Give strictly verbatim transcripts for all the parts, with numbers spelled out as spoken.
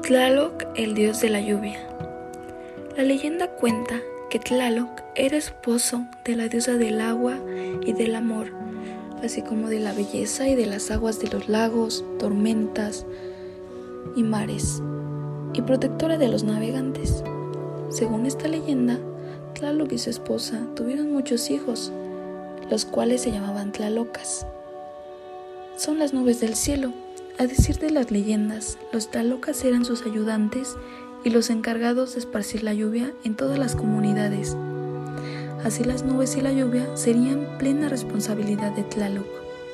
Tlaloc, el dios de la lluvia. La leyenda cuenta que Tlaloc era esposo de la diosa del agua y del amor, así como de la belleza y de las aguas de los lagos, tormentas y mares, y protectora de los navegantes. Según esta leyenda, Tlaloc y su esposa tuvieron muchos hijos, los cuales se llamaban Tlalocas. Son las nubes del cielo. A decir de las leyendas, los Tlalocas eran sus ayudantes y los encargados de esparcir la lluvia en todas las comunidades. Así las nubes y la lluvia serían plena responsabilidad de Tlaloc.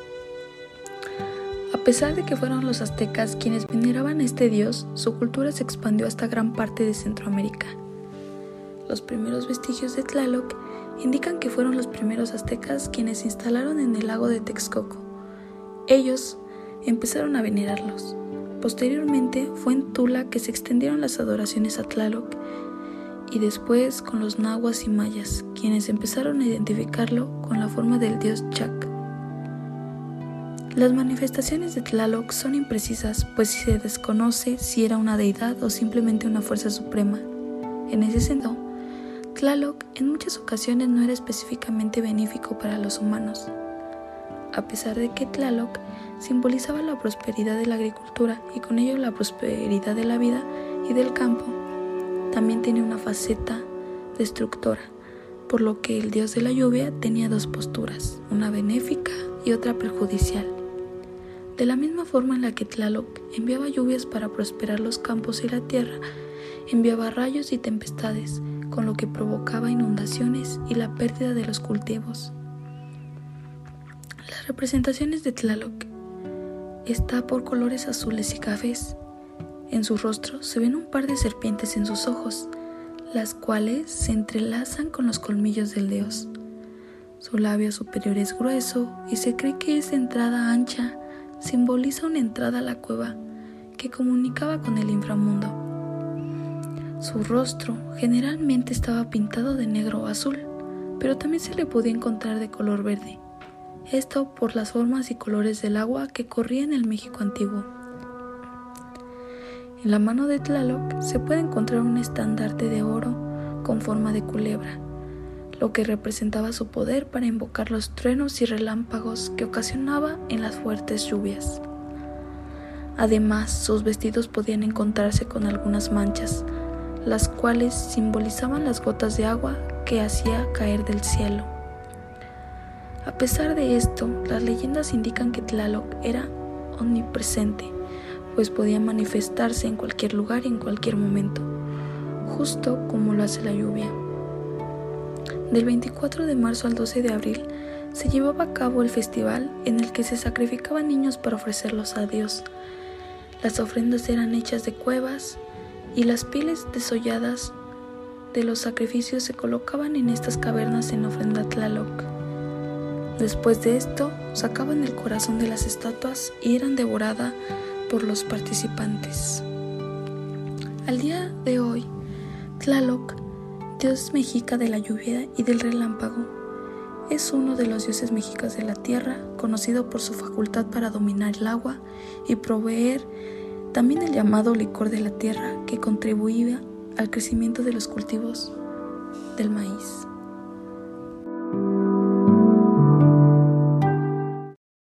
A pesar de que fueron los aztecas quienes veneraban a este dios, su cultura se expandió hasta gran parte de Centroamérica. Los primeros vestigios de Tlaloc indican que fueron los primeros aztecas quienes se instalaron en el lago de Texcoco. Ellos empezaron a venerarlos. Posteriormente fue en Tula que se extendieron las adoraciones a Tlaloc, y después con los nahuas y mayas, quienes empezaron a identificarlo con la forma del dios Chac. Las manifestaciones de Tlaloc son imprecisas, pues se desconoce si era una deidad o simplemente una fuerza suprema. En ese sentido, Tlaloc en muchas ocasiones no era específicamente benéfico para los humanos. A pesar de que Tlaloc simbolizaba la prosperidad de la agricultura y con ello la prosperidad de la vida y del campo, también tenía una faceta destructora, por lo que el dios de la lluvia tenía dos posturas, una benéfica y otra perjudicial. De la misma forma en la que Tlaloc enviaba lluvias para prosperar los campos y la tierra, enviaba rayos y tempestades, con lo que provocaba inundaciones y la pérdida de los cultivos. Las representaciones de Tlaloc está por colores azules y cafés. En su rostro se ven un par de serpientes en sus ojos, las cuales se entrelazan con los colmillos del dios. Su labio superior es grueso y se cree que esa entrada ancha simboliza una entrada a la cueva que comunicaba con el inframundo. Su rostro generalmente estaba pintado de negro o azul, pero también se le podía encontrar de color verde. Esto por las formas y colores del agua que corría en el México antiguo. En la mano de Tlaloc se puede encontrar un estandarte de oro con forma de culebra, lo que representaba su poder para invocar los truenos y relámpagos que ocasionaba en las fuertes lluvias. Además, sus vestidos podían encontrarse con algunas manchas, las cuales simbolizaban las gotas de agua que hacía caer del cielo. A pesar de esto, las leyendas indican que Tlaloc era omnipresente, pues podía manifestarse en cualquier lugar y en cualquier momento, justo como lo hace la lluvia. Del veinticuatro de marzo al doce de abril se llevaba a cabo el festival en el que se sacrificaban niños para ofrecerlos a Dios. Las ofrendas eran hechas de cuevas y las pieles desolladas de los sacrificios se colocaban en estas cavernas en ofrenda a Tlaloc. Después de esto, sacaban el corazón de las estatuas y eran devoradas por los participantes. Al día de hoy, Tlaloc, dios mexica de la lluvia y del relámpago, es uno de los dioses mexicas de la tierra, conocido por su facultad para dominar el agua y proveer también el llamado licor de la tierra, que contribuía al crecimiento de los cultivos del maíz.